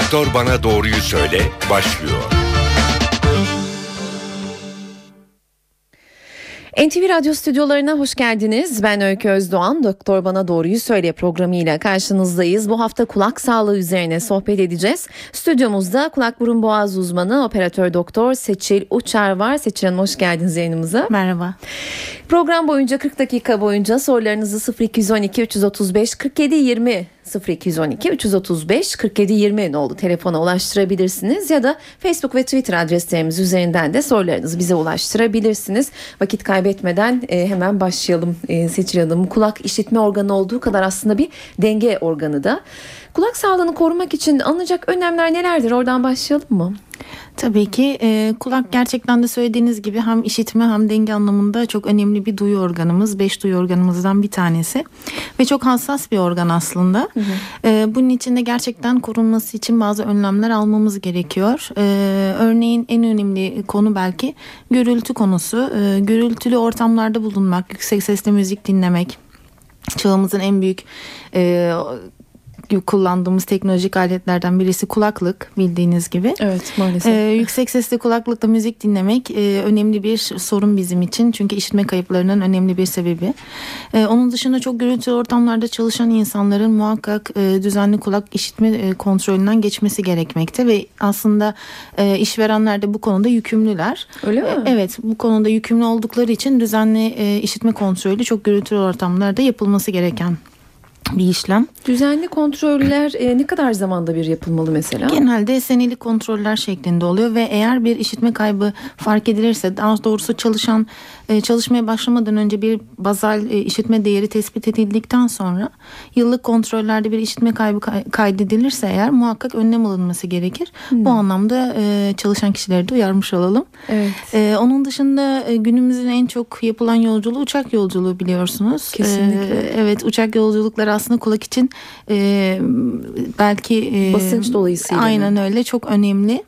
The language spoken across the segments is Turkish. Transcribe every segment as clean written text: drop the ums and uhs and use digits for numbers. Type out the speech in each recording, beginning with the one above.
Doktor Bana Doğruyu Söyle başlıyor. NTV Radyo stüdyolarına hoş geldiniz. Ben Öykü Özdoğan. Doktor Bana Doğruyu Söyle programıyla karşınızdayız. Bu hafta kulak sağlığı üzerine sohbet edeceğiz. Stüdyomuzda kulak burun boğaz uzmanı operatör doktor Seçil Uçar var. Seçil Hanım hoş geldiniz yayınımıza. Merhaba. Program boyunca 40 dakika boyunca sorularınızı 0212 335 47 20 0212 335 47 20 nolu telefona ulaştırabilirsiniz ya da Facebook ve Twitter adreslerimiz üzerinden de sorularınızı bize ulaştırabilirsiniz. Vakit kaybetmeden hemen başlayalım Seçil Hanım. Kulak işitme organı olduğu kadar aslında bir denge organı da. Kulak sağlığını korumak için alınacak önlemler nelerdir? Oradan başlayalım mı? Tabii ki kulak gerçekten de söylediğiniz gibi hem işitme hem denge anlamında çok önemli bir duyu organımız. 5 duyu organımızdan bir tanesi. Ve çok hassas bir organ aslında. Hı hı. Bunun için de gerçekten korunması için bazı önlemler almamız gerekiyor. Örneğin en önemli konu belki gürültü konusu. Gürültülü ortamlarda bulunmak, yüksek sesle müzik dinlemek. Çağımızın en büyük kullandığımız teknolojik aletlerden birisi kulaklık, bildiğiniz gibi. Evet, maalesef. Yüksek sesli kulaklıkla müzik dinlemek önemli bir sorun bizim için. Çünkü işitme kayıplarının önemli bir sebebi. Onun dışında çok gürültülü ortamlarda çalışan insanların muhakkak düzenli kulak işitme kontrolünden geçmesi gerekmekte ve aslında işverenler de bu konuda yükümlüler. Öyle mi? Evet, bu konuda yükümlü oldukları için düzenli işitme kontrolü çok gürültülü ortamlarda yapılması gereken bir işlem. Düzenli kontroller ne kadar zamanda bir yapılmalı mesela? Genelde senelik kontroller şeklinde oluyor ve eğer bir işitme kaybı fark edilirse, daha doğrusu çalışmaya başlamadan önce bir bazal işitme değeri tespit edildikten sonra yıllık kontrollerde bir işitme kaybı kaydedilirse eğer muhakkak önlem alınması gerekir. Bu anlamda çalışan kişileri de uyarmış olalım. Evet. Onun dışında günümüzün en çok yapılan yolculuğu uçak yolculuğu, biliyorsunuz. Kesinlikle. Evet, uçak yolculukları aslında kulak için belki basınç dolayısıyla aynen öyle çok önemli.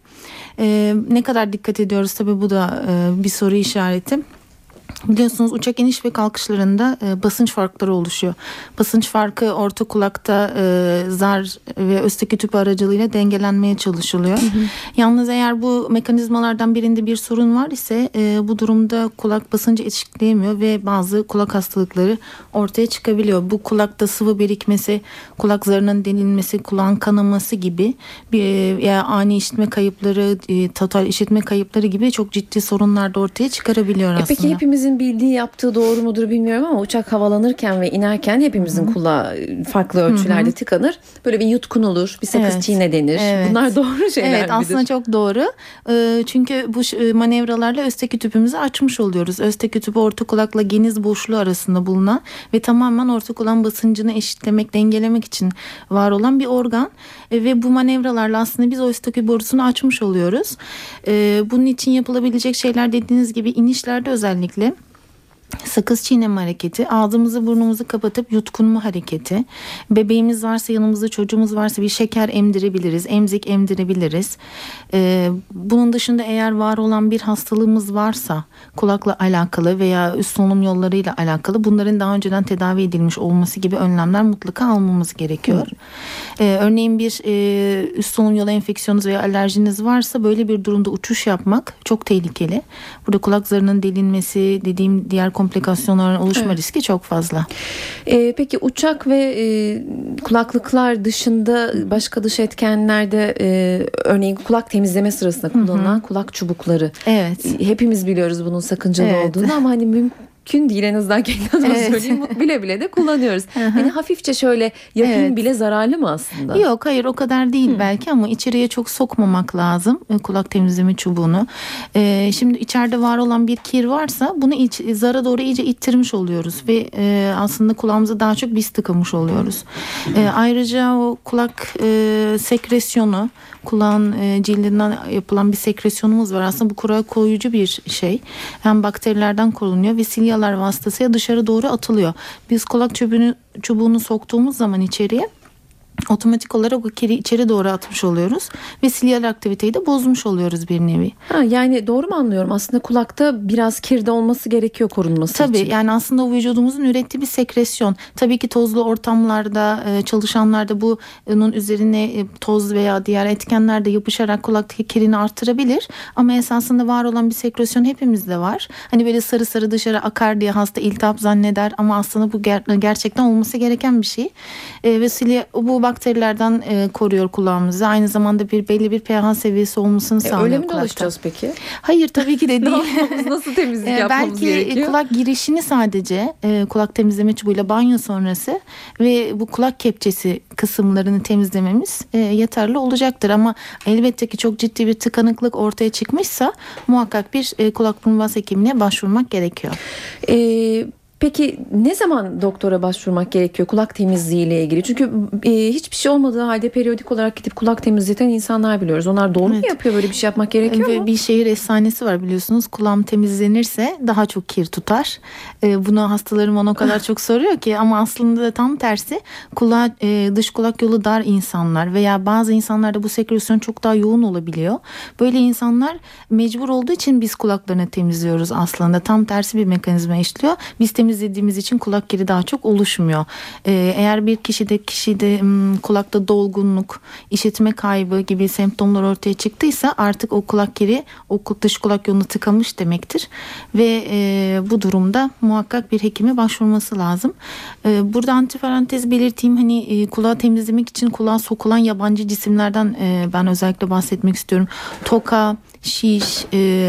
Ne kadar dikkat ediyoruz tabii, bu da bir soru işareti. Biliyorsunuz uçak iniş ve kalkışlarında basınç farkları oluşuyor. Basınç farkı orta kulakta zar ve östaki tüp aracılığıyla dengelenmeye çalışılıyor. Hı hı. Yalnız eğer bu mekanizmalardan birinde bir sorun var ise bu durumda kulak basıncı eşitleyemiyor ve bazı kulak hastalıkları ortaya çıkabiliyor. Bu kulakta sıvı birikmesi, kulak zarının delinmesi, kulağın kanaması gibi yani ani işitme kayıpları, total işitme kayıpları gibi çok ciddi sorunlar da ortaya çıkarabiliyor aslında. Peki hepimizin bildiği, yaptığı doğru mudur bilmiyorum ama uçak havalanırken ve inerken hepimizin kulağı farklı ölçülerde tıkanır. Böyle bir yutkun olur, bir sakız çiğne denir. Evet. Bunlar doğru şeyler midir? Evet, aslında çok doğru. Çünkü bu manevralarla östaki tüpümüzü açmış oluyoruz. Östaki tüp orta kulakla geniz boşluğu arasında bulunan ve tamamen orta kulağın basıncını eşitlemek, dengelemek için var olan bir organ. Ve bu manevralarla aslında biz östaki borusunu açmış oluyoruz. Bunun için yapılabilecek şeyler dediğiniz gibi inişlerde özellikle sakız çiğneme hareketi, ağzımızı burnumuzu kapatıp yutkunma hareketi, bebeğimiz varsa yanımızda, çocuğumuz varsa bir şeker emdirebiliriz, emzik emdirebiliriz. Bunun dışında eğer var olan bir hastalığımız varsa kulakla alakalı veya üst solunum yollarıyla alakalı, bunların daha önceden tedavi edilmiş olması gibi önlemler mutlaka almamız gerekiyor. Örneğin bir üst solunum yolu enfeksiyonunuz veya alerjiniz varsa böyle bir durumda uçuş yapmak çok tehlikeli. Burada kulak zarının delinmesi, dediğim diğer komplikasyonların oluşma riski çok fazla. Peki uçak ve kulaklıklar dışında başka dış etkenlerde örneğin kulak temizleme sırasında kullanılan kulak çubukları. Evet. Hepimiz biliyoruz bunun sakıncalı olduğunu ama hani mümkün değil, en azından kendi adıma söyleyeyim. Bile bile de kullanıyoruz. Yani hafifçe şöyle yapayım bile zararlı mı aslında? Yok, hayır, o kadar değil belki ama içeriye çok sokmamak lazım kulak temizleme çubuğunu. Şimdi içeride var olan bir kir varsa bunu zara doğru iyice ittirmiş oluyoruz ve aslında kulağımıza daha çok biz tıkamış oluyoruz. Ayrıca o kulak sekresyonu, kulağın cildinden yapılan bir sekresyonumuz var. Aslında bu kulağa koruyucu bir şey. Hem bakterilerden korunuyor ve silyalar vasıtasıyla dışarı doğru atılıyor. Biz kulak çubuğunu soktuğumuz zaman içeriye otomatik olarak o kiri içeri doğru atmış oluyoruz ve silyal aktiviteyi de bozmuş oluyoruz bir nevi. Yani doğru mu anlıyorum? Aslında kulakta biraz kirde olması gerekiyor korunması Tabii, için. yani aslında o vücudumuzun ürettiği bir sekresyon. Tabii ki tozlu ortamlarda çalışanlarda bunun üzerine toz veya diğer etkenler de yapışarak kulaktaki kirini artırabilir. Ama esasında var olan bir sekresyon hepimizde var. Hani böyle sarı sarı dışarı akar diye hasta iltihap zanneder ama aslında bu gerçekten olması gereken bir şey. Ve bu bakterilerden koruyor kulağımızı. Aynı zamanda belli bir pH seviyesi olmasını sağlıyor Öyle mi kulakta. dolaşacağız peki? Hayır, tabii ki de değil. Nasıl temizlik yapmamız Belki gerekiyor? kulak girişini sadece kulak temizleme çubuğuyla banyo sonrası ve bu kulak kepçesi kısımlarını temizlememiz yeterli olacaktır. Ama elbette ki çok ciddi bir tıkanıklık ortaya çıkmışsa muhakkak bir kulak burun boğaz hekimine başvurmak gerekiyor. Peki ne zaman doktora başvurmak gerekiyor kulak temizliği ile ilgili? Çünkü hiçbir şey olmadığı halde periyodik olarak gidip kulak temizleten insanlar biliyoruz. Onlar doğru mu yapıyor? Böyle bir şey yapmak gerekiyor mu? Bir şehir efsanesi var biliyorsunuz. Kulağım temizlenirse daha çok kir tutar. Bunu hastalarım bana o kadar çok soruyor ki ama aslında tam tersi. Dış kulak yolu dar insanlar veya bazı insanlarda bu sekresyon çok daha yoğun olabiliyor. Böyle insanlar mecbur olduğu için biz kulaklarını temizliyoruz aslında. Tam tersi bir mekanizma işliyor. Biz temizlediğimiz için kulak kiri daha çok oluşmuyor. Eğer bir kişide kulakta dolgunluk, işitme kaybı gibi semptomlar ortaya çıktıysa artık o kulak kiri o dış kulak yolunu tıkamış demektir. Ve bu durumda muhakkak bir hekime başvurması lazım. Burada antiparantez belirteyim. Hani kulağı temizlemek için kulağa sokulan yabancı cisimlerden ben özellikle bahsetmek istiyorum. Toka, şiş,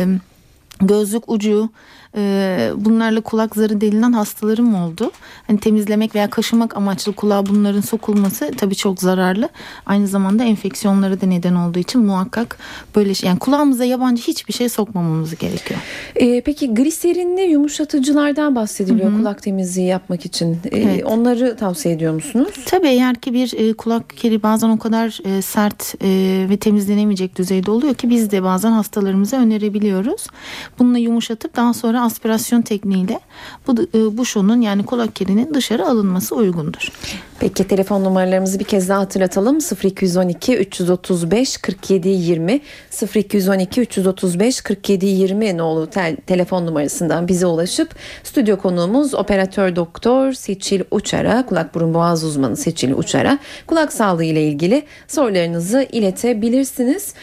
gözlük ucu, bunlarla kulak zarı delinen hastalarım oldu. Hani temizlemek veya kaşımak amaçlı kulağa bunların sokulması tabii çok zararlı. Aynı zamanda enfeksiyonlara da neden olduğu için muhakkak böyle yani kulağımıza yabancı hiçbir şey sokmamamız gerekiyor. Peki gliserinli yumuşatıcılardan bahsediliyor kulak temizliği yapmak için. Evet. Onları tavsiye ediyor musunuz? Tabii eğer ki bir kulak kiri bazen o kadar sert ve temizlenemeyecek düzeyde oluyor ki biz de bazen hastalarımıza önerebiliyoruz. Bununla yumuşatıp daha sonra aspirasyon tekniğiyle bu şunun yani kulak kirinin dışarı alınması uygundur. Peki telefon numaralarımızı bir kez daha hatırlatalım. 0212 335 47 20 0212 335 47 20 nolu telefon numarasından bize ulaşıp stüdyo konuğumuz operatör doktor Seçil Uçar'a, kulak burun boğaz uzmanı Seçil Uçar'a kulak sağlığı ile ilgili sorularınızı iletebilirsiniz.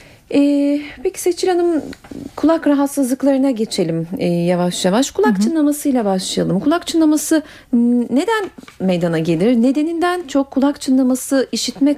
Peki Seçil Hanım, kulak rahatsızlıklarına geçelim yavaş yavaş. Kulak çınlamasıyla başlayalım. Kulak çınlaması neden meydana gelir? Nedeninden çok kulak çınlaması işitme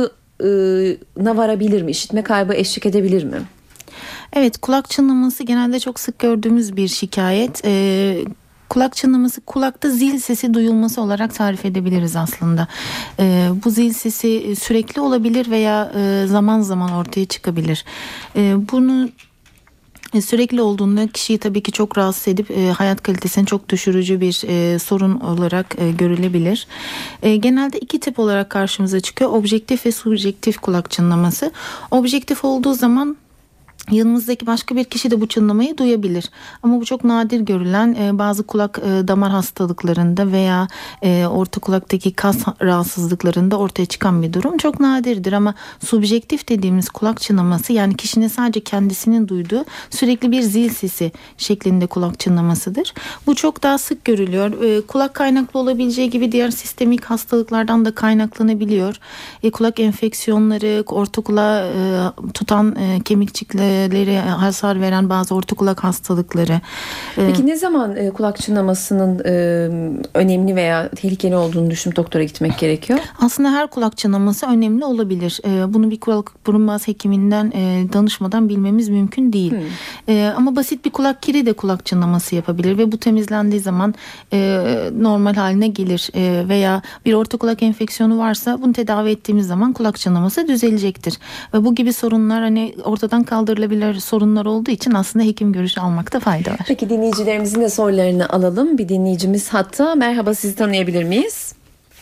kaybına varabilir mi? İşitme kaybı eşlik edebilir mi? Evet, kulak çınlaması genelde çok sık gördüğümüz bir şikayet. Kulak çınlaması kulakta zil sesi duyulması olarak tarif edebiliriz aslında. Bu zil sesi sürekli olabilir veya zaman zaman ortaya çıkabilir. Bunu sürekli olduğunda kişiyi tabii ki çok rahatsız edip hayat kalitesini çok düşürücü bir sorun olarak görülebilir. Genelde iki tip olarak karşımıza çıkıyor. Objektif ve subjektif kulak çınlaması. Objektif olduğu zaman yanımızdaki başka bir kişi de bu çınlamayı duyabilir. Ama bu çok nadir görülen bazı kulak damar hastalıklarında veya orta kulaktaki kas rahatsızlıklarında ortaya çıkan bir durum. Çok nadirdir ama subjektif dediğimiz kulak çınlaması yani kişinin sadece kendisinin duyduğu sürekli bir zil sesi şeklinde kulak çınlamasıdır. Bu çok daha sık görülüyor. Kulak kaynaklı olabileceği gibi diğer sistemik hastalıklardan da kaynaklanabiliyor. Kulak enfeksiyonları, orta kulağı tutan kemikçikleri hasar veren bazı orta kulak hastalıkları. Peki ne zaman kulak çınlamasının önemli veya tehlikeli olduğunu düşünüp doktora gitmek gerekiyor? Aslında her kulak çınlaması önemli olabilir. Bunu bir kulak burun boğaz hekiminden danışmadan bilmemiz mümkün değil. Ama basit bir kulak kiri de kulak çınlaması yapabilir ve bu temizlendiği zaman normal haline gelir. Veya bir orta kulak enfeksiyonu varsa bunu tedavi ettiğimiz zaman kulak çınlaması düzelecektir. Ve bu gibi sorunlar hani ortadan kaldırılabilir sorunlar olduğu için aslında hekim görüşü almakta fayda var. Peki dinleyicilerimizin de sorularını alalım. Bir dinleyicimiz hatta. Merhaba, sizi tanıyabilir miyiz?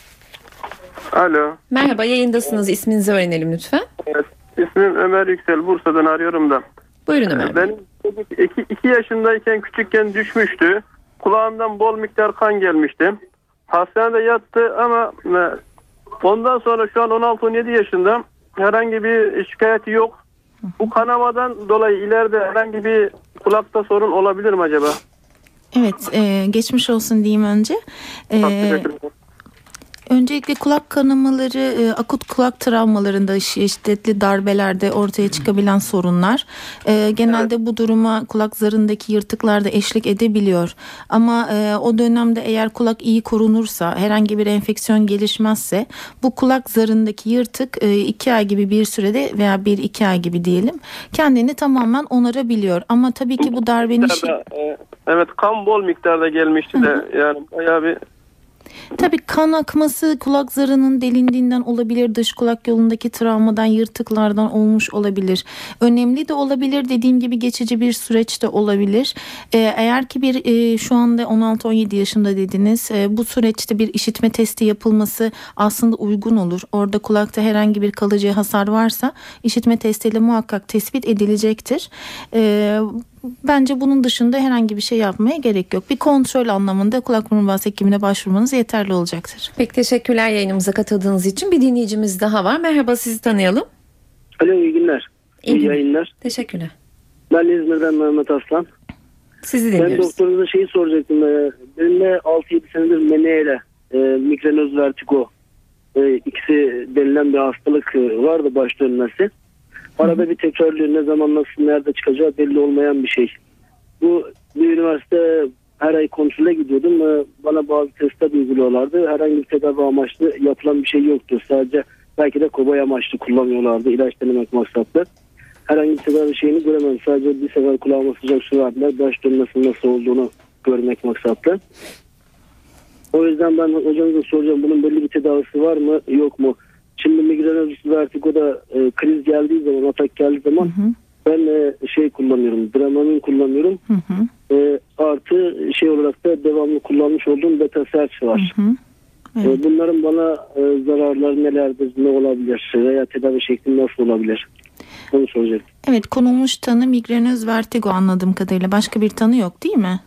Alo. Merhaba, yayındasınız. İsminizi öğrenelim lütfen. Evet, ismim Ömer Yüksel. Bursa'dan arıyorum da. Buyurun Ömer Bey. Ben 2 yaşındayken küçükken düşmüştü. Kulağımdan bol miktar kan gelmişti. Hastanede yattı ama Ondan sonra şu an 16-17 yaşında, herhangi bir şikayeti yok. Bu kanamadan dolayı ileride herhangi bir kulakta sorun olabilir mi acaba? Evet, geçmiş olsun diyeyim önce. Teşekkür ederim. Öncelikle kulak kanamaları akut kulak travmalarında, şiddetli darbelerde ortaya çıkabilen sorunlar. Genelde bu duruma kulak zarındaki yırtıklar da eşlik edebiliyor. Ama o dönemde eğer kulak iyi korunursa, herhangi bir enfeksiyon gelişmezse bu kulak zarındaki yırtık 2 ay gibi bir sürede veya 1-2 ay gibi diyelim kendini tamamen onarabiliyor. Ama tabii ki bu darbenin... Evet, kan bol miktarda gelmişti de yani bayağı bir... Tabii kan akması kulak zarının delindiğinden olabilir, dış kulak yolundaki travmadan, yırtıklardan olmuş olabilir. Önemli de olabilir, dediğim gibi geçici bir süreç de olabilir. Eğer ki şu anda 16-17 yaşında dediniz, bu süreçte bir işitme testi yapılması aslında uygun olur. Orada kulakta herhangi bir kalıcı hasar varsa işitme testiyle muhakkak tespit edilecektir. Bence bunun dışında herhangi bir şey yapmaya gerek yok. Bir kontrol anlamında kulak burun boğaz hekimine başvurmanız yeterli olacaktır. Peki, teşekkürler yayınımıza katıldığınız için. Bir dinleyicimiz daha var. Merhaba, sizi tanıyalım. Alo, iyi günler. İyi yayınlar. Teşekkürler. Ben İzmir'den Mehmet Aslan. Sizi Ben dinliyoruz. doktorunuza şeyi soracaktım. Benim de 6-7 senedir meneyle migrenöz vertigo ikisi denilen bir hastalık vardı, baş dönmesi. Arada bir tekrarlıyor, ne zaman nasıl nerede çıkacağı belli olmayan bir şey. Bu bir üniversite, her ay kontrole gidiyordum. Bana bazı testler uyguluyorlardı. Herhangi bir tedavi amaçlı yapılan bir şey yoktu. Sadece belki de kobay amaçlı kullanıyorlardı, ilaç denemek maksatlı. Herhangi bir tedavi şeyini göremedim. Sadece bir sefer kulağıma sıcak su verdiler. Baş dönmesinin nasıl olduğunu görmek maksatlı. O yüzden ben hocamıza soracağım, bunun belli bir tedavisi var mı yok mu? Şimdi migrenöz vertigoda kriz geldiği zaman, atak geldiği zaman ben şey kullanıyorum, Dramamin kullanıyorum. Artı şey olarak da devamlı kullanmış olduğum Betasearch var. Evet. Bunların bana zararları nelerdir, ne olabilir veya tedavi şekli nasıl olabilir? Onu soracağım. Evet, konulmuş tanı migrenöz vertigo anladığım kadarıyla. Başka bir tanı yok değil mi?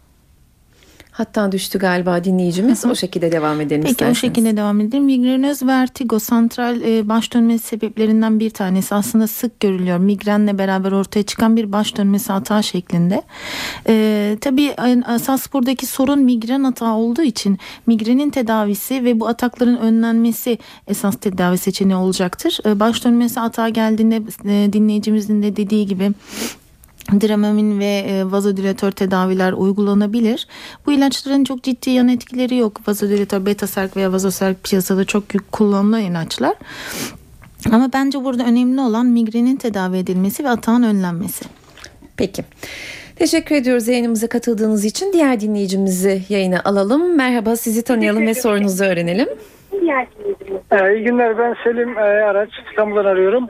Hatta düştü galiba dinleyicimiz. O şekilde devam edelim Peki, isterseniz. o şekilde devam edelim. Migrenöz vertigo santral baş dönmesi sebeplerinden bir tanesi. Aslında sık görülüyor. Migrenle beraber ortaya çıkan bir baş dönmesi hata şeklinde. Tabii esas buradaki sorun migren hata olduğu için migrenin tedavisi ve bu atakların önlenmesi esas tedavi seçeneği olacaktır. Baş dönmesi hata geldiğinde dinleyicimizin de dediği gibi Dramamin ve vazodilatör tedaviler uygulanabilir. Bu ilaçların çok ciddi yan etkileri yok. Vazodilatör, Betaserk veya Vazoserk piyasada çok kullanılan ilaçlar. Ama bence burada önemli olan migrenin tedavi edilmesi ve atağın önlenmesi. Peki. Teşekkür ediyoruz yayınımıza katıldığınız için. Diğer dinleyicimizi yayına alalım. Merhaba, sizi tanıyalım ve sorunuzu öğrenelim. İyi günler, ben Selim Araç, İstanbul'dan arıyorum.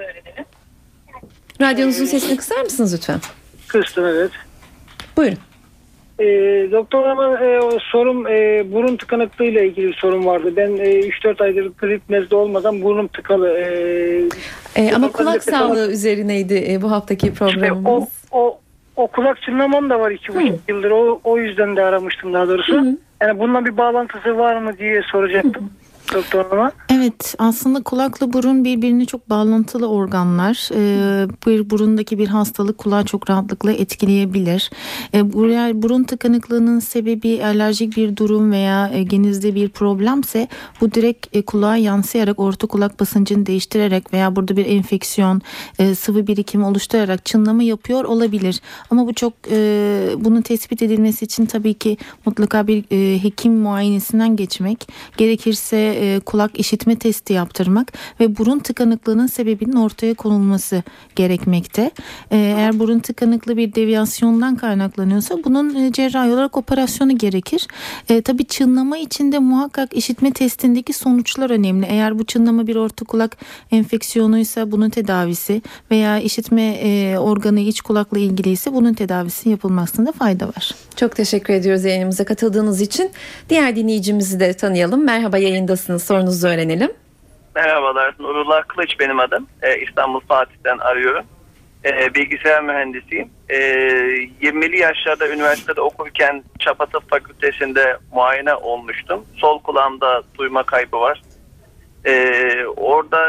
Radyonuzun sesini kısar mısınız lütfen? Kıstım, evet. Buyurun. Doktor ama sorum burun tıkanıklığı ile ilgili bir sorum vardı. Ben 3-4 aydır grip nezle olmadan burnum tıkalı. Ama kulak sağlığı üzerineydi bu haftaki programımız. O kulak çınlamam da var 2,5 yıldır. O yüzden de aramıştım daha doğrusu. Yani bununla bir bağlantısı var mı diye soracaktım. Doktoruma. Evet, aslında kulakla burun birbirine çok bağlantılı organlar. Bir burundaki bir hastalık kulağı çok rahatlıkla etkileyebilir. Burun tıkanıklığının sebebi alerjik bir durum veya genizde bir problemse bu direkt kulağa yansıyarak orta kulak basıncını değiştirerek veya burada bir enfeksiyon, sıvı birikimi oluşturarak çınlama yapıyor olabilir. Ama bu çok bunun tespit edilmesi için tabii ki mutlaka bir hekim muayenesinden geçmek, gerekirse kulak işitme testi yaptırmak ve burun tıkanıklığının sebebinin ortaya konulması gerekmekte. Eğer burun tıkanıklığı bir deviyasyondan kaynaklanıyorsa bunun cerrahi olarak operasyonu gerekir. Tabii çınlama için de muhakkak işitme testindeki sonuçlar önemli. Eğer bu çınlama bir orta kulak enfeksiyonuysa bunun tedavisi veya işitme organı iç kulakla ilgiliyse bunun tedavisi yapılmasında fayda var. Çok teşekkür ediyoruz yayınımıza katıldığınız için. Diğer dinleyicimizi de tanıyalım. Merhaba, yayındasınız. Sorunuzu öğrenelim. Merhabalar. Nurullah Kılıç benim adım. İstanbul Fatih'ten arıyorum. Bilgisayar mühendisiyim. 20'li yaşlarda üniversitede okurken Çapa Tıp Fakültesi'nde muayene olmuştum. Sol kulağımda duyma kaybı var. Orada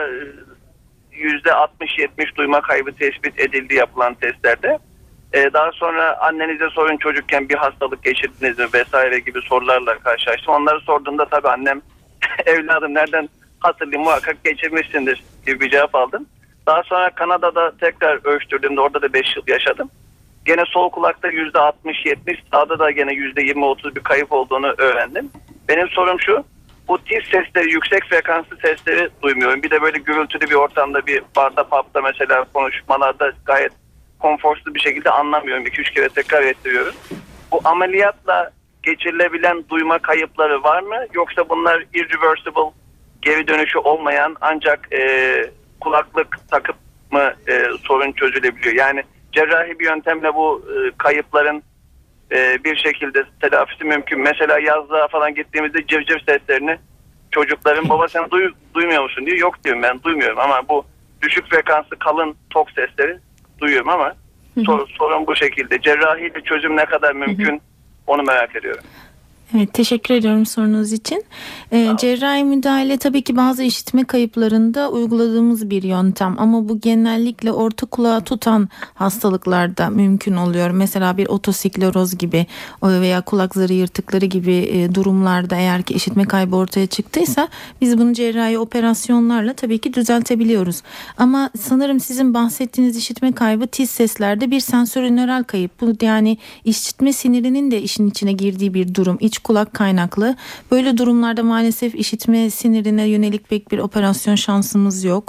%60-70 duyma kaybı tespit edildi yapılan testlerde. Daha sonra annenize sorun çocukken bir hastalık geçirdiniz mi vesaire gibi sorularla karşılaştım. Onları sorduğumda tabii annem evladım nereden hatırlayayım, muhakkak geçirmişsindir gibi bir cevap aldım. Daha sonra Kanada'da tekrar ölçtürdüğümde orada da 5 yıl yaşadım. Gene sol kulakta %60-70, sağda da gene %20-30 bir kayıp olduğunu öğrendim. Benim sorum şu, bu tiz sesleri, yüksek frekanslı sesleri duymuyorum. Bir de böyle gürültülü bir ortamda, bir barda, pub'da mesela konuşmalarda gayet konforsuz bir şekilde anlamıyorum. 2-3 kere tekrar ettiriyorum. Bu ameliyatla geçirilebilen duyma kayıpları var mı? Yoksa bunlar irreversible, geri dönüşü olmayan ancak kulaklık takıp mı sorun çözülebiliyor? Yani cerrahi bir yöntemle bu kayıpların bir şekilde telafisi mümkün. Mesela yazlığa falan gittiğimizde civciv seslerini çocukların baba sen duymuyor musun diyor. Yok diyorum, ben duymuyorum ama bu düşük frekanslı kalın tok sesleri duyuyorum ama sorun bu şekilde. Cerrahi bir çözüm ne kadar mümkün onu merak ediyorum. Evet, teşekkür ediyorum sorunuz için. Cerrahi müdahale tabii ki bazı işitme kayıplarında uyguladığımız bir yöntem ama bu genellikle orta kulağı tutan hastalıklarda mümkün oluyor. Mesela bir otosikleroz gibi veya kulak zarı yırtıkları gibi durumlarda eğer ki işitme kaybı ortaya çıktıysa biz bunu cerrahi operasyonlarla tabii ki düzeltebiliyoruz. Ama sanırım sizin bahsettiğiniz işitme kaybı tiz seslerde bir sensörünöral kayıp. Bu yani işitme sinirinin de işin içine girdiği bir durum. İç kulak kaynaklı. Böyle durumlarda maalesef işitme sinirine yönelik pek bir operasyon şansımız yok.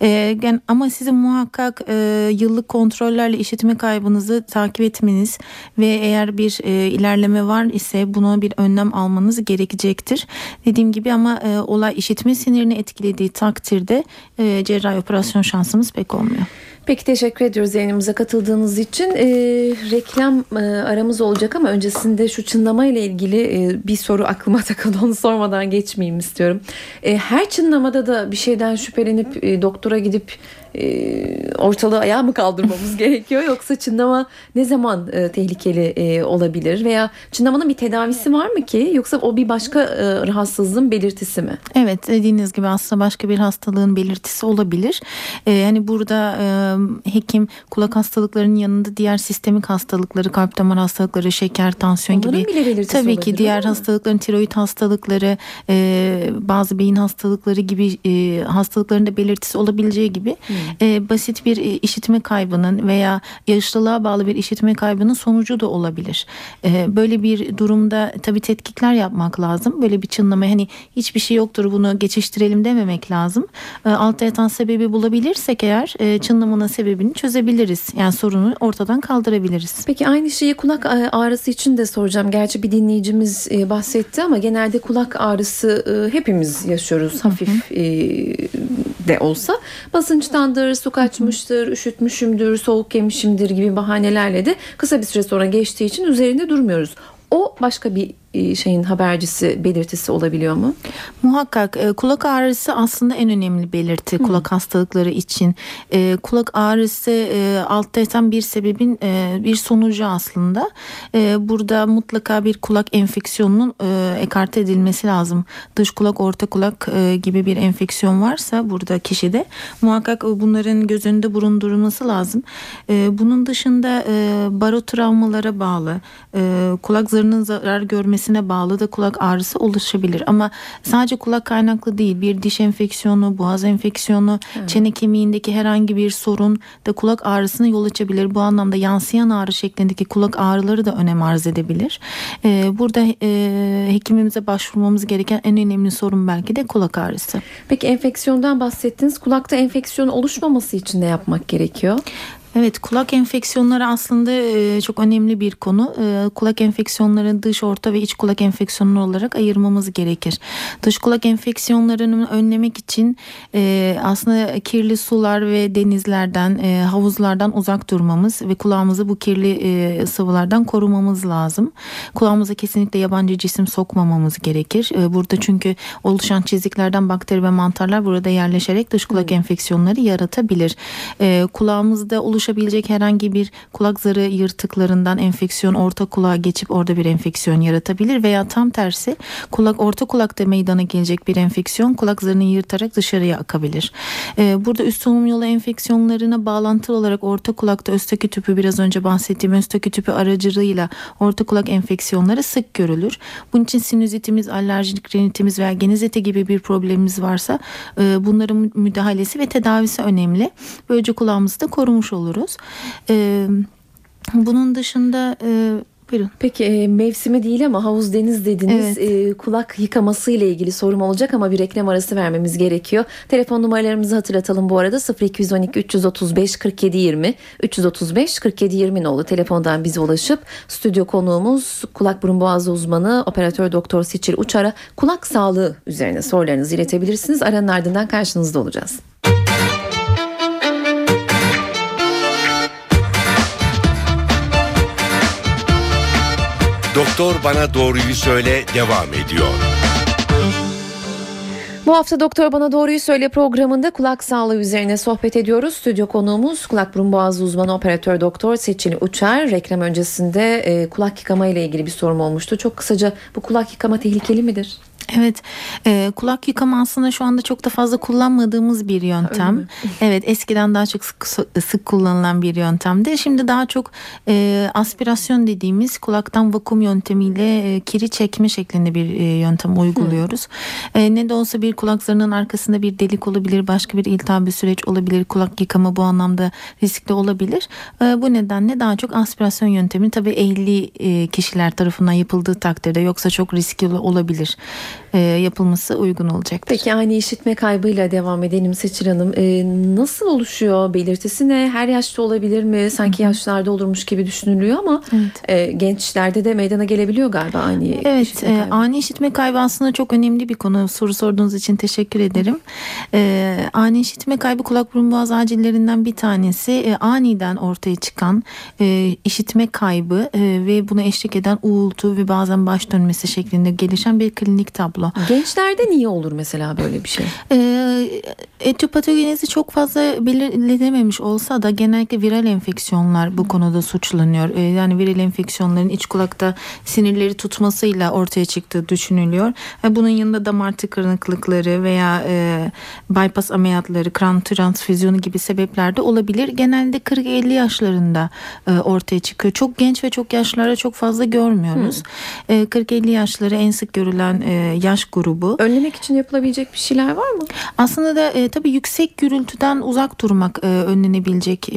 Ama sizin muhakkak yıllık kontrollerle işitme kaybınızı takip etmeniz ve eğer bir ilerleme var ise buna bir önlem almanız gerekecektir. Dediğim gibi ama olay işitme sinirini etkilediği takdirde cerrahi operasyon şansımız pek olmuyor. Peki, teşekkür ediyoruz yayınımıza katıldığınız için. Reklam aramız olacak ama öncesinde şu çınlama ile ilgili bir soru aklıma takıldı. Onu sormadan geçmeyeyim istiyorum. Her çınlamada da bir şeyden şüphelenip doktora gidip ortalığı ayağa mı kaldırmamız gerekiyor? Yoksa çınlama ne zaman tehlikeli olabilir? Veya çınlamanın bir tedavisi var mı ki? Yoksa o bir başka rahatsızlığın belirtisi mi? Evet, dediğiniz gibi aslında başka bir hastalığın belirtisi olabilir. Hani burada hekim kulak hastalıklarının yanında diğer sistemik hastalıkları, kalp damar hastalıkları, şeker, tansiyon onların gibi tabii ki diğer hastalıkların, tiroid hastalıkları, bazı beyin hastalıkları gibi hastalıkların da belirtisi olabileceği gibi basit bir işitme kaybının veya yaşlılığa bağlı bir işitme kaybının sonucu da olabilir. Böyle bir durumda tabii tetkikler yapmak lazım. Böyle bir çınlama hani hiçbir şey yoktur bunu geçiştirelim dememek lazım. Altta yatan sebebi bulabilirsek eğer çınlamanın sebebini çözebiliriz. Yani sorunu ortadan kaldırabiliriz. Peki aynı şeyi kulak ağrısı için de soracağım. Gerçi bir dinleyicimiz bahsetti ama genelde kulak ağrısı hepimiz yaşıyoruz. Hafif de olsa. Basınçtandır, su kaçmıştır, üşütmüşümdür, soğuk yemişimdir gibi bahanelerle de kısa bir süre sonra geçtiği için üzerinde durmuyoruz. O başka bir şeyin habercisi, belirtisi olabiliyor mu? Muhakkak kulak ağrısı aslında en önemli belirti kulak hastalıkları için. Kulak ağrısı altta yatan bir sebebin bir sonucu aslında. Burada mutlaka bir kulak enfeksiyonunun ekarte edilmesi lazım. Dış kulak, orta kulak gibi bir enfeksiyon varsa burada kişide muhakkak bunların göz önünde bulundurulması lazım. Bunun dışında barotravmalara bağlı, kulak zarının zarar görmesine bağlı da kulak ağrısı oluşabilir. Ama sadece kulak kaynaklı değil, bir diş enfeksiyonu, boğaz enfeksiyonu, çene kemiğindeki herhangi bir sorun da kulak ağrısına yol açabilir. Bu anlamda yansıyan ağrı şeklindeki kulak ağrıları da önem arz edebilir. Burada hekimimize başvurmamız gereken en önemli sorun belki de kulak ağrısı. Peki enfeksiyondan bahsettiniz. Kulakta enfeksiyon oluşmaması için ne yapmak gerekiyor? Evet, kulak enfeksiyonları aslında çok önemli bir konu. Kulak enfeksiyonlarını dış, orta ve iç kulak enfeksiyonları olarak ayırmamız gerekir. Dış kulak enfeksiyonlarını önlemek için aslında kirli sular ve denizlerden, havuzlardan uzak durmamız ve kulağımızı bu kirli sıvılardan korumamız lazım. Kulağımıza kesinlikle yabancı cisim sokmamamız gerekir. Burada çünkü oluşan çiziklerden bakteri ve mantarlar burada yerleşerek dış kulak enfeksiyonları yaratabilir. Kulağımızda oluşan oluşabilecek herhangi bir kulak zarı yırtıklarından enfeksiyon orta kulağa geçip orada bir enfeksiyon yaratabilir veya tam tersi orta kulakta meydana gelecek bir enfeksiyon kulak zarını yırtarak dışarıya akabilir. Burada üst solunum yolu enfeksiyonlarına bağlantılı olarak orta kulakta östaki tüpü, biraz önce bahsettiğim östaki tüpü aracılığıyla orta kulak enfeksiyonları sık görülür. Bunun için sinüzitimiz, alerjik rinitimiz veya genizite gibi bir problemimiz varsa bunların müdahalesi ve tedavisi önemli. Böylece kulağımızı da korumuş oluruz. Bunun dışında buyurun. Peki mevsimi değil ama havuz deniz dediniz. Evet. Kulak yıkaması ile ilgili sorum olacak ama bir reklam arası vermemiz gerekiyor. Telefon numaralarımızı hatırlatalım bu arada. 0212 335 47 20 335 47 20 nolu telefondan bize ulaşıp stüdyo konuğumuz kulak burun boğaz uzmanı operatör doktor Seçil Uçar'a kulak sağlığı üzerine sorularınızı iletebilirsiniz. Aranın ardından karşınızda olacağız. Doktor Bana Doğruyu Söyle devam ediyor. Bu hafta Doktor Bana Doğruyu Söyle programında kulak sağlığı üzerine sohbet ediyoruz. Stüdyo konuğumuz kulak burun boğaz uzmanı operatör doktor Seçil Uçar. Reklam öncesinde kulak yıkama ile ilgili bir sorum olmuştu. Çok kısaca bu kulak yıkama tehlikeli midir? Evet, kulak yıkama aslında şu anda çok da fazla kullanmadığımız bir yöntem. Evet, eskiden daha çok sık kullanılan bir yöntemdi. Şimdi daha çok aspirasyon dediğimiz kulaktan vakum yöntemiyle kiri çekme şeklinde bir yöntem uyguluyoruz. Ne de olsa bir kulak zarının arkasında bir delik olabilir, başka bir iltihabi süreç olabilir. Kulak yıkama bu anlamda riskli olabilir. Bu nedenle daha çok aspirasyon yöntemi tabii ehli kişiler tarafından yapıldığı takdirde, yoksa çok riskli olabilir. Yapılması uygun olacaktır. Peki ani işitme kaybıyla devam edelim Seçil Hanım. Nasıl oluşuyor? Belirtisi ne? Her yaşta olabilir mi? Sanki yaşlarda olurmuş gibi düşünülüyor ama gençlerde de meydana gelebiliyor galiba ani işitme kaybı. Ani işitme kaybı aslında çok önemli bir konu. Soru sorduğunuz için teşekkür ederim. Ani işitme kaybı kulak burun boğaz acillerinden bir tanesi. Aniden ortaya çıkan işitme kaybı ve buna eşlik eden uğultu ve bazen baş dönmesi şeklinde gelişen bir klinik tablo. Gençlerde niye olur mesela böyle bir şey? Etiyopatogenezi çok fazla belirlenememiş olsa da genellikle viral enfeksiyonlar bu konuda suçlanıyor. Yani viral enfeksiyonların iç kulakta sinirleri tutmasıyla ortaya çıktığı düşünülüyor. Bunun yanında damar tıkanıklıkları veya bypass ameliyatları, kran transfüzyonu gibi sebepler de olabilir. Genelde 40-50 yaşlarında ortaya çıkıyor. Çok genç ve çok yaşlılara çok fazla görmüyoruz. 40-50 yaşları en sık görülen yaş grubu. Önlemek için yapılabilecek bir şeyler var mı? Aslında da tabii yüksek gürültüden uzak durmak önlenebilecek,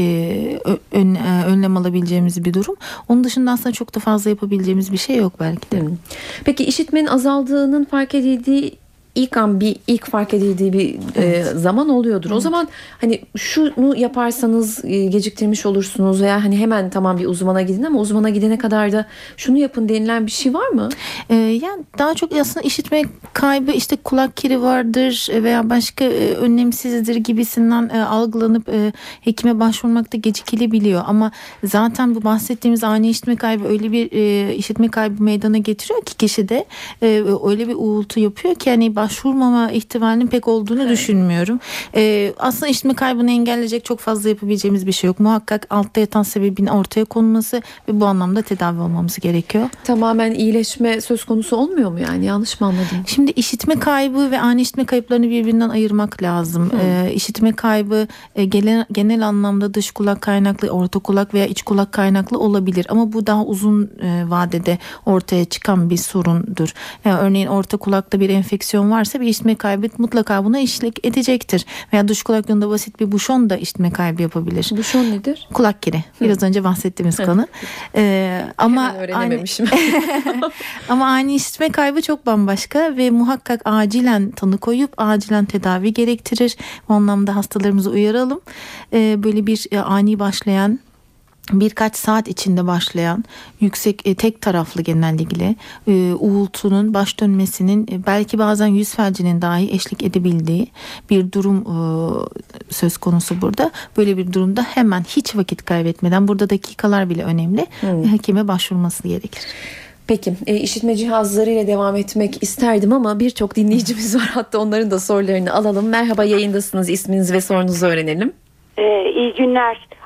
önlem alabileceğimiz bir durum. Onun dışında aslında çok da fazla yapabileceğimiz bir şey yok belki de. Peki işitmenin azaldığının fark edildiği ilk fark edildiği bir zaman oluyordur. O zaman hani şunu yaparsanız geciktirmiş olursunuz veya hani hemen tamam bir uzmana gidin ama uzmana gidene kadar da şunu yapın denilen bir şey var mı? Yani daha çok aslında işitme kaybı işte kulak kiri vardır veya başka önlemsizdir gibisinden algılanıp hekime başvurmakta gecikilebiliyor. Ama zaten bu bahsettiğimiz ani işitme kaybı öyle bir işitme kaybı meydana getiriyor ki kişide öyle bir uğultu yapıyor ki hani başvurmama ihtimalinin pek olduğunu düşünmüyorum. Aslında işitme kaybını engelleyecek çok fazla yapabileceğimiz bir şey yok. Muhakkak altta yatan sebebin ortaya konulması ve bu anlamda tedavi olmamız gerekiyor. Tamamen iyileşme söz konusu olmuyor mu yani? Yanlış mı anladım? Şimdi işitme kaybı ve ani işitme kayıplarını birbirinden ayırmak lazım. İşitme kaybı genel anlamda dış kulak kaynaklı, orta kulak veya iç kulak kaynaklı olabilir. Ama bu daha uzun vadede ortaya çıkan bir sorundur. Yani örneğin orta kulakta bir enfeksiyon varsa bir işitme kaybı mutlaka buna eşlik edecektir. Veya dış kulak yolunda basit bir buşon da işitme kaybı yapabilir. Buşon nedir? Kulak kiri. Biraz önce bahsettiğimiz konu. Ama öğrenememişim. Ama ani işitme kaybı çok bambaşka ve muhakkak acilen tanı koyup acilen tedavi gerektirir. Bu anlamda hastalarımızı uyaralım. Böyle bir ani başlayan, birkaç saat içinde başlayan yüksek tek taraflı genellikle uğultunun baş dönmesinin belki bazen yüz felcinin dahi eşlik edebildiği bir durum söz konusu burada. Böyle bir durumda hemen hiç vakit kaybetmeden, burada dakikalar bile önemli, hekime başvurması gerekir. Peki işitme cihazlarıyla devam etmek isterdim ama birçok dinleyicimiz var, hatta onların da sorularını alalım. Merhaba, yayındasınız, isminizi ve sorunuzu öğrenelim. İyi günler.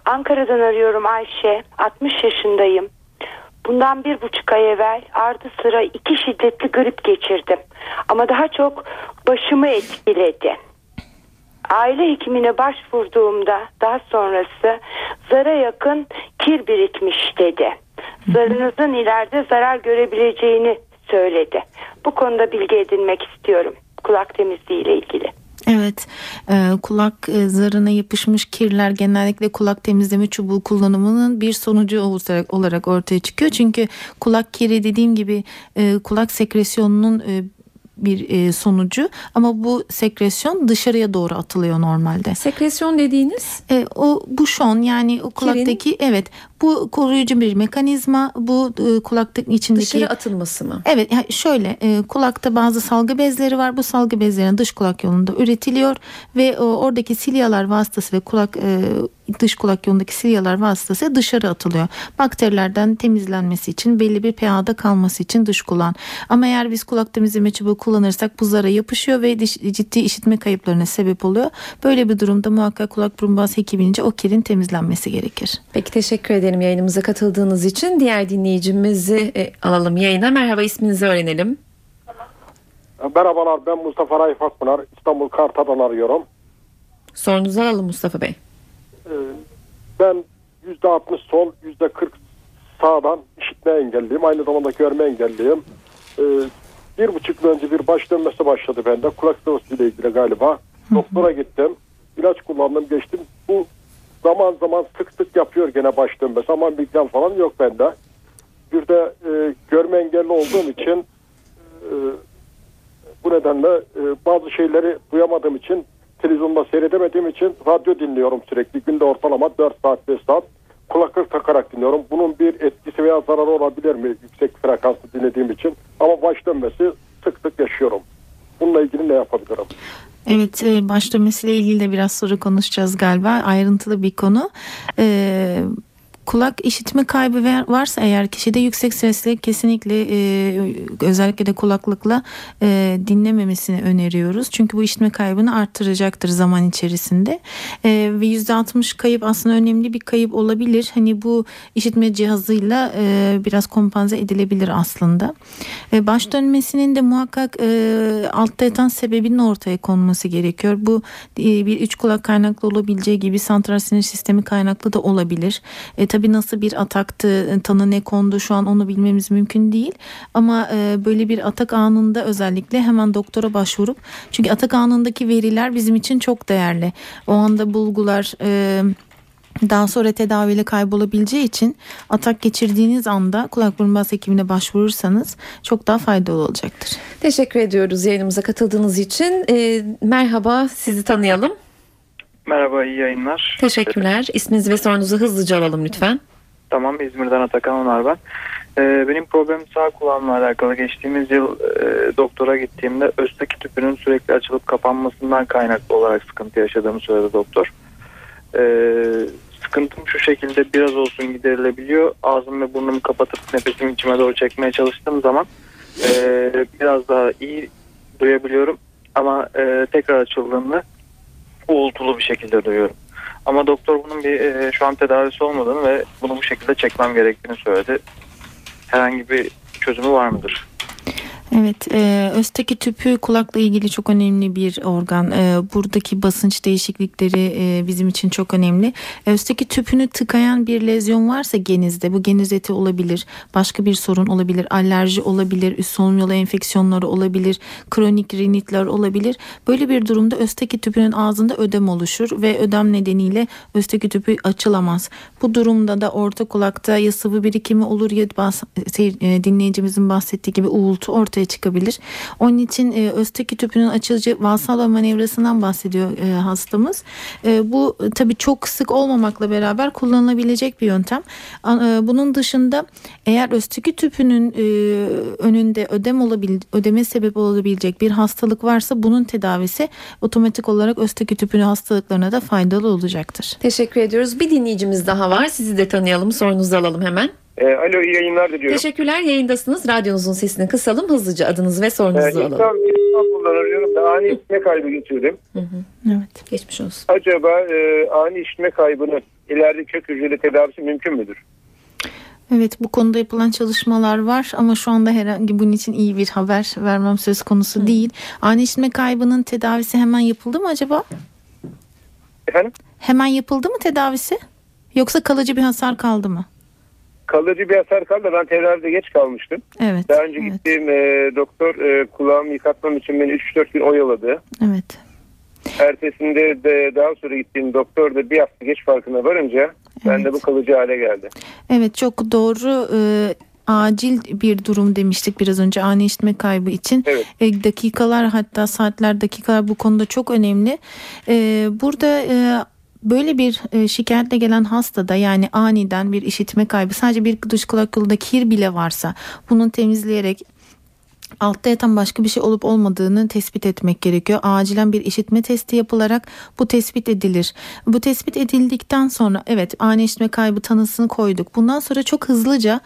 Ankara'dan arıyorum Ayşe. 60 yaşındayım. Bundan 1,5 ay evvel ardı sıra 2 şiddetli grip geçirdim. Ama daha çok başımı etkiledi. Aile hekimine başvurduğumda daha sonrası zara yakın kir birikmiş dedi. Zarınızın ileride zarar görebileceğini söyledi. Bu konuda bilgi edinmek istiyorum. Kulak temizliği ile ilgili. Evet, kulak zarına yapışmış kirler genellikle kulak temizleme çubuğu kullanımının bir sonucu olarak ortaya çıkıyor. Çünkü kulak kiri dediğim gibi kulak sekresyonunun bir sonucu, ama bu sekresyon dışarıya doğru atılıyor normalde. Sekresyon dediğiniz? O buşon, yani o kulaktaki evet, bu koruyucu bir mekanizma. Bu kulaktaki içindeki dışarı atılması mı? Evet, yani şöyle kulakta bazı salgı bezleri var. Bu salgı bezlerin dış kulak yolunda üretiliyor ve oradaki silyalar vasıtası ve dış kulak yolundaki silyalar vasıtası dışarı atılıyor. Bakterilerden temizlenmesi için, belli bir pH'da kalması için dış kulağın. Ama eğer biz kulak temizleme çubuğu kullanırsak bu zara yapışıyor ve ciddi işitme kayıplarına sebep oluyor. Böyle bir durumda muhakkak kulak burun boğaz hekimince o kirin temizlenmesi gerekir. Peki, teşekkür ederim yayınımıza katıldığınız için. Diğer dinleyicimizi alalım yayına. Merhaba, isminizi öğrenelim. Merhabalar, ben Mustafa Raif Akpınar. İstanbul Kartal'dan arıyorum. Sorunuzu alalım Mustafa Bey. Ben %60 sol, %40 sağdan işitme engelliyim. Aynı zamanda görme engelliyim. 1,5 yıl önce bir baş dönmesi başladı bende. Kulak sıvısı ile ilgili galiba. Doktora gittim. İlaç kullandım, geçtim. Bu zaman zaman sık sık yapıyor gene baş dönmesi. Ama migren falan yok bende. Bir de görme engelli olduğum için bu nedenle bazı şeyleri duyamadığım için, televizyonda seyredemediğim için radyo dinliyorum sürekli. Günde ortalama 4 saat 5 saat kulaklık takarak dinliyorum. Bunun bir etkisi veya zararı olabilir mi yüksek frekanslı dinlediğim için? Ama baş dönmesi sık sık yaşıyorum. Bununla ilgili ne yapabilirim? Evet, baş dönmesiyle ilgili de biraz sonra konuşacağız galiba. Ayrıntılı bir konu. Kulak işitme kaybı varsa eğer kişide, yüksek sesle kesinlikle özellikle de kulaklıkla dinlememesini öneriyoruz. Çünkü bu işitme kaybını arttıracaktır zaman içerisinde. Ve %60 kayıp aslında önemli bir kayıp olabilir. Hani bu işitme cihazıyla biraz kompanze edilebilir aslında. Baş dönmesinin de muhakkak altta yatan sebebinin ortaya konması gerekiyor. Bu bir iç kulak kaynaklı olabileceği gibi santral sinir sistemi kaynaklı da olabilir. Tabii nasıl bir ataktı, tanı ne kondu, şu an onu bilmemiz mümkün değil. Ama böyle bir atak anında özellikle hemen doktora başvurup, çünkü atak anındaki veriler bizim için çok değerli. O anda bulgular daha sonra tedaviyle kaybolabileceği için atak geçirdiğiniz anda kulak burun boğaz hekimine başvurursanız çok daha faydalı olacaktır. Teşekkür ediyoruz yayınımıza katıldığınız için. Merhaba, sizi tanıyalım. Merhaba, iyi yayınlar. Teşekkürler. İsminizi ve sorunuzu hızlıca alalım lütfen. Tamam, İzmir'den Atakan Onar ben. Benim problemim sağ kulağımla alakalı. Geçtiğimiz yıl doktora gittiğimde östaki tüpünün sürekli açılıp kapanmasından kaynaklı olarak sıkıntı yaşadığımı söyledi doktor. Sıkıntım şu şekilde, biraz olsun giderilebiliyor. Ağzımı ve burnumu kapatıp nefesimi içime doğru çekmeye çalıştığım zaman biraz daha iyi duyabiliyorum. Ama tekrar açıldığında uğultulu bir şekilde duyuyorum. Ama doktor bunun şu an tedavisi olmadığını ve bunu bu şekilde çekmem gerektiğini söyledi. Herhangi bir çözümü var mıdır? Evet, östaki tüpü kulakla ilgili çok önemli bir organ. Buradaki basınç değişiklikleri bizim için çok önemli. Östaki tüpünü tıkayan bir lezyon varsa genizde, bu geniz eti olabilir, başka bir sorun olabilir, alerji olabilir, üst solunum yolu enfeksiyonları olabilir, kronik rinitler olabilir. Böyle bir durumda östaki tüpünün ağzında ödem oluşur ve ödem nedeniyle östaki tüpü açılamaz. Bu durumda da orta kulakta ya sıvı birikimi olur ya dinleyicimizin bahsettiği gibi uğultu ortaya çıkabilir. Onun için östaki tüpünün açılıcı valsalva manevrasından bahsediyor hastamız. Bu tabii çok sık olmamakla beraber kullanılabilecek bir yöntem. Bunun dışında eğer östaki tüpünün önünde ödeme sebep olabilecek bir hastalık varsa bunun tedavisi otomatik olarak östaki tüpünün hastalıklarına da faydalı olacaktır. Teşekkür ediyoruz. Bir dinleyicimiz daha var. Sizi de tanıyalım. Sorunuzu alalım hemen. Alo, iyi yayınlar diliyorum. Teşekkürler, yayındasınız. Radyonuzun sesini kısalım. Hızlıca adınızı ve sorunuzu alalım. İstanbul'dan arıyorum da ani işitme kaybı geçirdim. Evet, geçmiş olsun. Acaba ani işitme kaybının ileride kök hücreli tedavisi mümkün müdür? Evet, bu konuda yapılan çalışmalar var ama şu anda herhangi bunun için iyi bir haber vermem söz konusu değil. Ani işitme kaybının tedavisi hemen yapıldı mı acaba? Efendim? Hemen yapıldı mı tedavisi? Yoksa kalıcı bir hasar kaldı mı? Kalıcı bir hasar kaldı. Ben tedavide geç kalmıştım. Evet. Daha önce gittiğim doktor kulağımı yıkatmam için beni 3-4 gün oyaladı. Evet. Ertesinde de daha sonra gittiğim doktor da bir hafta geç farkına varınca ben de bu kalıcı hale geldi. Evet, çok doğru. Acil bir durum demiştik biraz önce ani işitme kaybı için. Evet. Dakikalar, hatta saatler, dakikalar bu konuda çok önemli. Burada böyle bir şikayetle gelen hastada, yani aniden bir işitme kaybı, sadece bir dış kulak yolunda kir bile varsa bunun temizleyerek altta yatan başka bir şey olup olmadığını tespit etmek gerekiyor. Acilen bir işitme testi yapılarak bu tespit edilir. Bu tespit edildikten sonra evet, ani işitme kaybı tanısını koyduk. Bundan sonra çok hızlıca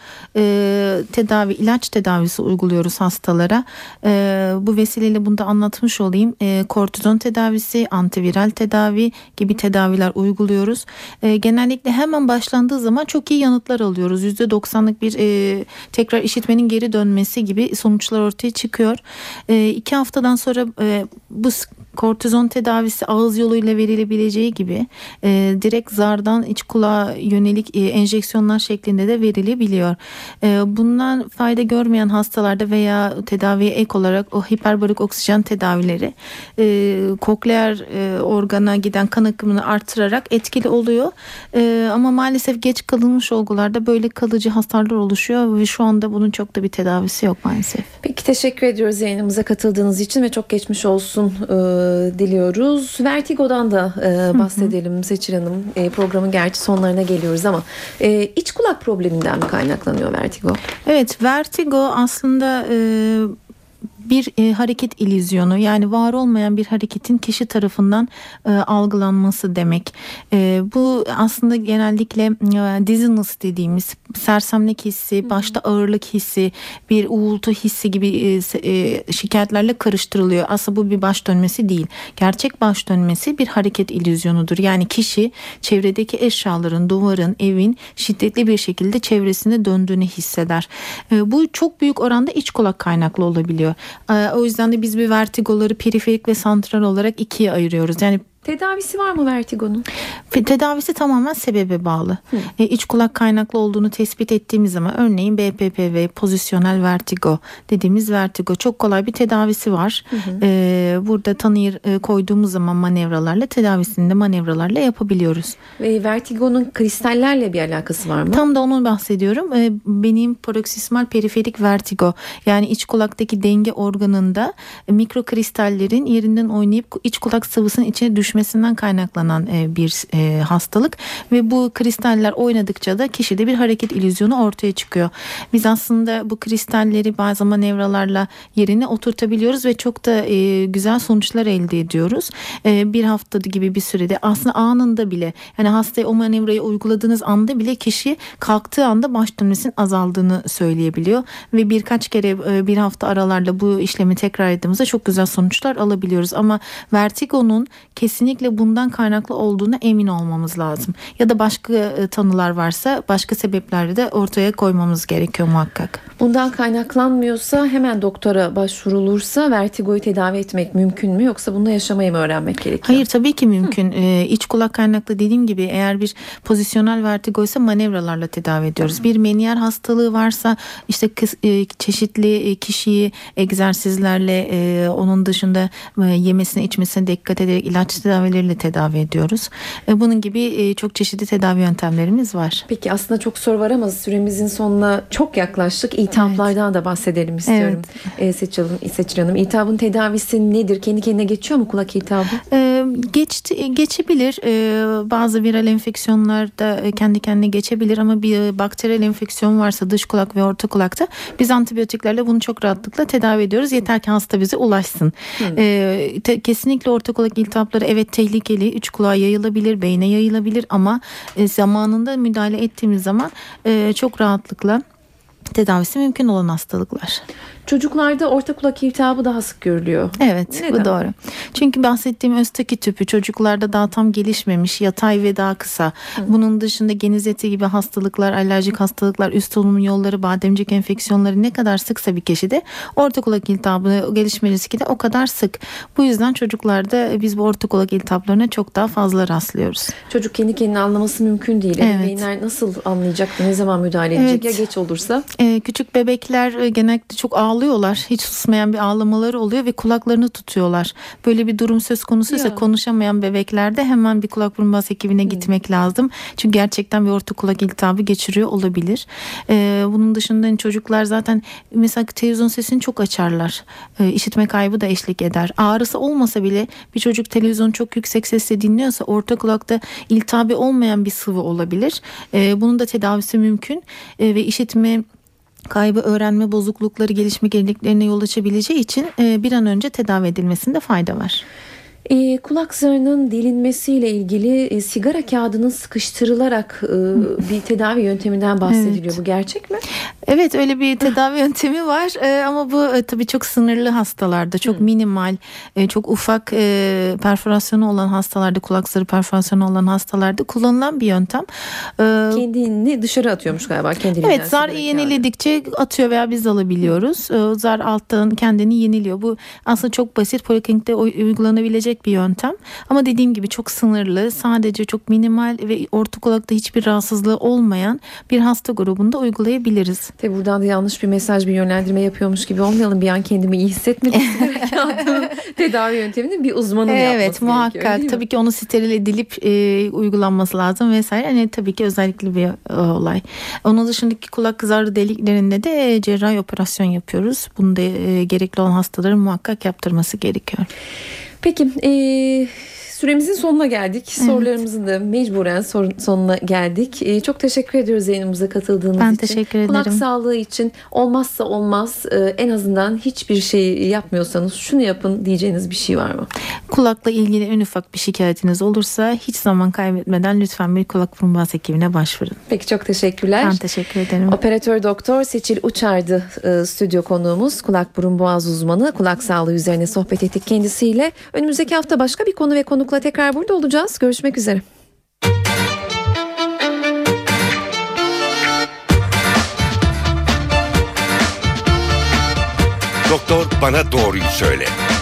tedavi, ilaç tedavisi uyguluyoruz hastalara. Bu vesileyle bunu da anlatmış olayım. Kortizon tedavisi, antiviral tedavi gibi tedaviler uyguluyoruz. Genellikle hemen başlandığı zaman çok iyi yanıtlar alıyoruz. %90'lık bir tekrar işitmenin geri dönmesi gibi sonuçlar ortaya çıkıyor. 2 haftadan sonra bu kortizon tedavisi ağız yoluyla verilebileceği gibi direkt zardan iç kulağa yönelik enjeksiyonlar şeklinde de verilebiliyor. Bundan fayda görmeyen hastalarda veya tedaviye ek olarak o hiperbarik oksijen tedavileri kokleer organa giden kan akımını artırarak etkili oluyor. Ama maalesef geç kalınmış olgularda böyle kalıcı hasarlar oluşuyor ve şu anda bunun çok da bir tedavisi yok maalesef. Peki, teşekkür ediyoruz yayınımıza katıldığınız için ve çok geçmiş olsun diliyoruz. Vertigo'dan da bahsedelim Seçil Hanım. Programın gerçi sonlarına geliyoruz ama iç kulak probleminden mi kaynaklanıyor vertigo? Evet, vertigo aslında bir hareket illüzyonu, yani var olmayan bir hareketin kişi tarafından algılanması demek. Bu aslında genellikle dizziness dediğimiz sersemlik hissi, başta ağırlık hissi, bir uğultu hissi gibi şikayetlerle karıştırılıyor. Aslında bu bir baş dönmesi değil. Gerçek baş dönmesi bir hareket illüzyonudur. Yani kişi çevredeki eşyaların, duvarın, evin şiddetli bir şekilde çevresine döndüğünü hisseder. Bu çok büyük oranda iç kulak kaynaklı olabiliyor. O yüzden de biz bir vertigoları periferik ve santral olarak ikiye ayırıyoruz. Yani tedavisi var mı vertigonun? Tedavisi tamamen sebebe bağlı. İç kulak kaynaklı olduğunu tespit ettiğimiz zaman, örneğin BPPV, pozisyonel vertigo dediğimiz vertigo, çok kolay bir tedavisi var. Burada tanıyı koyduğumuz zaman manevralarla, tedavisini de manevralarla yapabiliyoruz. Ve vertigonun kristallerle bir alakası var mı? Tam da onu bahsediyorum. Benim paroksismal periferik vertigo, yani iç kulaktaki denge organında mikrokristallerin yerinden oynayıp iç kulak sıvısının içine düşmesinden kaynaklanan bir hastalık ve bu kristaller oynadıkça da kişide bir hareket illüzyonu ortaya çıkıyor. Biz aslında bu kristalleri bazı manevralarla yerine oturtabiliyoruz ve çok da güzel sonuçlar elde ediyoruz. Bir hafta gibi bir sürede, aslında anında bile, yani hastaya o manevrayı uyguladığınız anda bile kişi kalktığı anda baş dönmesinin azaldığını söyleyebiliyor ve birkaç kere bir hafta aralarla bu işlemi tekrar ettiğimizde çok güzel sonuçlar alabiliyoruz. Ama vertigonun kesinlikle bundan kaynaklı olduğuna emin olmamız lazım. Ya da başka tanılar varsa başka sebepleri de ortaya koymamız gerekiyor muhakkak. Bundan kaynaklanmıyorsa hemen doktora başvurulursa vertigoyu tedavi etmek mümkün mü, yoksa bunda yaşamayı mı öğrenmek gerekiyor? Hayır, tabii ki mümkün. İç kulak kaynaklı dediğim gibi, eğer bir pozisyonel vertigoysa manevralarla tedavi ediyoruz. Bir meniyer hastalığı varsa işte çeşitli kişiyi egzersizlerle, onun dışında yemesine içmesine dikkat ederek ilaç tedavileriyle tedavi ediyoruz. Bunun gibi çok çeşitli tedavi yöntemlerimiz var. Peki, aslında çok soru var ama süremizin sonuna çok yaklaştık. İltihaplardan da bahsedelim istiyorum. Seçil Hanım. İltihabın tedavisi nedir? Kendi kendine geçiyor mu kulak iltihabı? Geçebilir. Bazı viral enfeksiyonlarda kendi kendine geçebilir ama bir bakteriyel enfeksiyon varsa dış kulak ve orta kulakta biz antibiyotiklerle bunu çok rahatlıkla tedavi ediyoruz. Yeter ki hasta bize ulaşsın. Kesinlikle orta kulak iltihapları evet tehlikeli. Üç kulağa yayılabilir, beyne yayılabilir ama zamanında müdahale ettiğimiz zaman çok rahatlıkla tedavisi mümkün olan hastalıklar. Çocuklarda orta kulak iltihabı daha sık görülüyor. Evet, neden? bu doğru. Çünkü bahsettiğim östaki tüpü çocuklarda daha tam gelişmemiş, yatay ve daha kısa. Bunun dışında geniz eti gibi hastalıklar, alerjik hastalıklar, üst solunum yolları, bademcik enfeksiyonları ne kadar sıksa bir kişide orta kulak iltihabı gelişme riski de o kadar sık. Bu yüzden çocuklarda biz bu orta kulak iltihaplarına çok daha fazla rastlıyoruz. Çocuk kendi kendine anlaması mümkün değil. Evet. Ebeveynler nasıl anlayacak, ne zaman müdahale edecek ya geç olursa? Küçük bebekler genellikle çok ağlıyorlar. Hiç susmayan bir ağlamaları oluyor ve kulaklarını tutuyorlar. Böyle bir durum söz konusu ise konuşamayan bebeklerde hemen bir kulak burun boğaz hekimine gitmek lazım. Çünkü gerçekten bir orta kulak iltihabı geçiriyor olabilir. Bunun dışında çocuklar zaten mesela televizyon sesini çok açarlar. İşitme kaybı da eşlik eder. Ağrısı olmasa bile bir çocuk televizyonu çok yüksek sesle dinliyorsa orta kulakta iltihabı olmayan bir sıvı olabilir. Bunun da tedavisi mümkün ve işitme kaybı, öğrenme bozuklukları, gelişme geriliklerine yol açabileceği için bir an önce tedavi edilmesinde fayda var. Kulak zarının delinmesiyle ilgili sigara kağıdının sıkıştırılarak bir tedavi yönteminden bahsediliyor. Evet. Bu gerçek mi? Evet, öyle bir tedavi yöntemi var ama bu tabii çok sınırlı hastalarda, çok minimal, çok ufak perforasyonu olan hastalarda, kulak zarı perforasyonu olan hastalarda kullanılan bir yöntem. Kendini dışarı atıyormuş galiba. Evet, zar yeniledikçe atıyor veya biz alabiliyoruz. Zar alttan kendini yeniliyor. Bu aslında çok basit, poliklinikte uygulanabilecek bir yöntem. Ama dediğim gibi çok sınırlı, sadece çok minimal ve orta kulakta hiçbir rahatsızlığı olmayan bir hasta grubunda uygulayabiliriz. Tabii buradan da yanlış bir mesaj, bir yönlendirme yapıyormuş gibi olmayalım. Bir an kendimi iyi hissetmek istiyorum. Tedavi yönteminin bir uzmanın yapması gerekiyor. Evet, muhakkak. Tabii ki onu steril edilip uygulanması lazım vesaire. Yani tabii ki özellikle bir olay. Onun dışındaki kulak zarı deliklerinde de cerrahi operasyon yapıyoruz. Bunu da gerekli olan hastaların muhakkak yaptırması gerekiyor. Peki süremizin sonuna geldik. Evet. Sorularımızın da mecburen sonuna geldik. Çok teşekkür ediyoruz yayınımıza katıldığınız için. Ben teşekkür ederim. Kulak sağlığı için olmazsa olmaz, en azından hiçbir şey yapmıyorsanız şunu yapın diyeceğiniz bir şey var mı? Kulakla ilgili en ufak bir şikayetiniz olursa hiç zaman kaybetmeden lütfen bir kulak burun boğaz hekimine başvurun. Peki, çok teşekkürler. Ben teşekkür ederim. Operatör doktor Seçil Uçar'dı stüdyo konuğumuz. Kulak burun boğaz uzmanı. Kulak sağlığı üzerine sohbet ettik kendisiyle. Önümüzdeki hafta başka bir konu ve konukla tekrar burada olacağız. Görüşmek üzere. Doktor bana doğruyu söyle.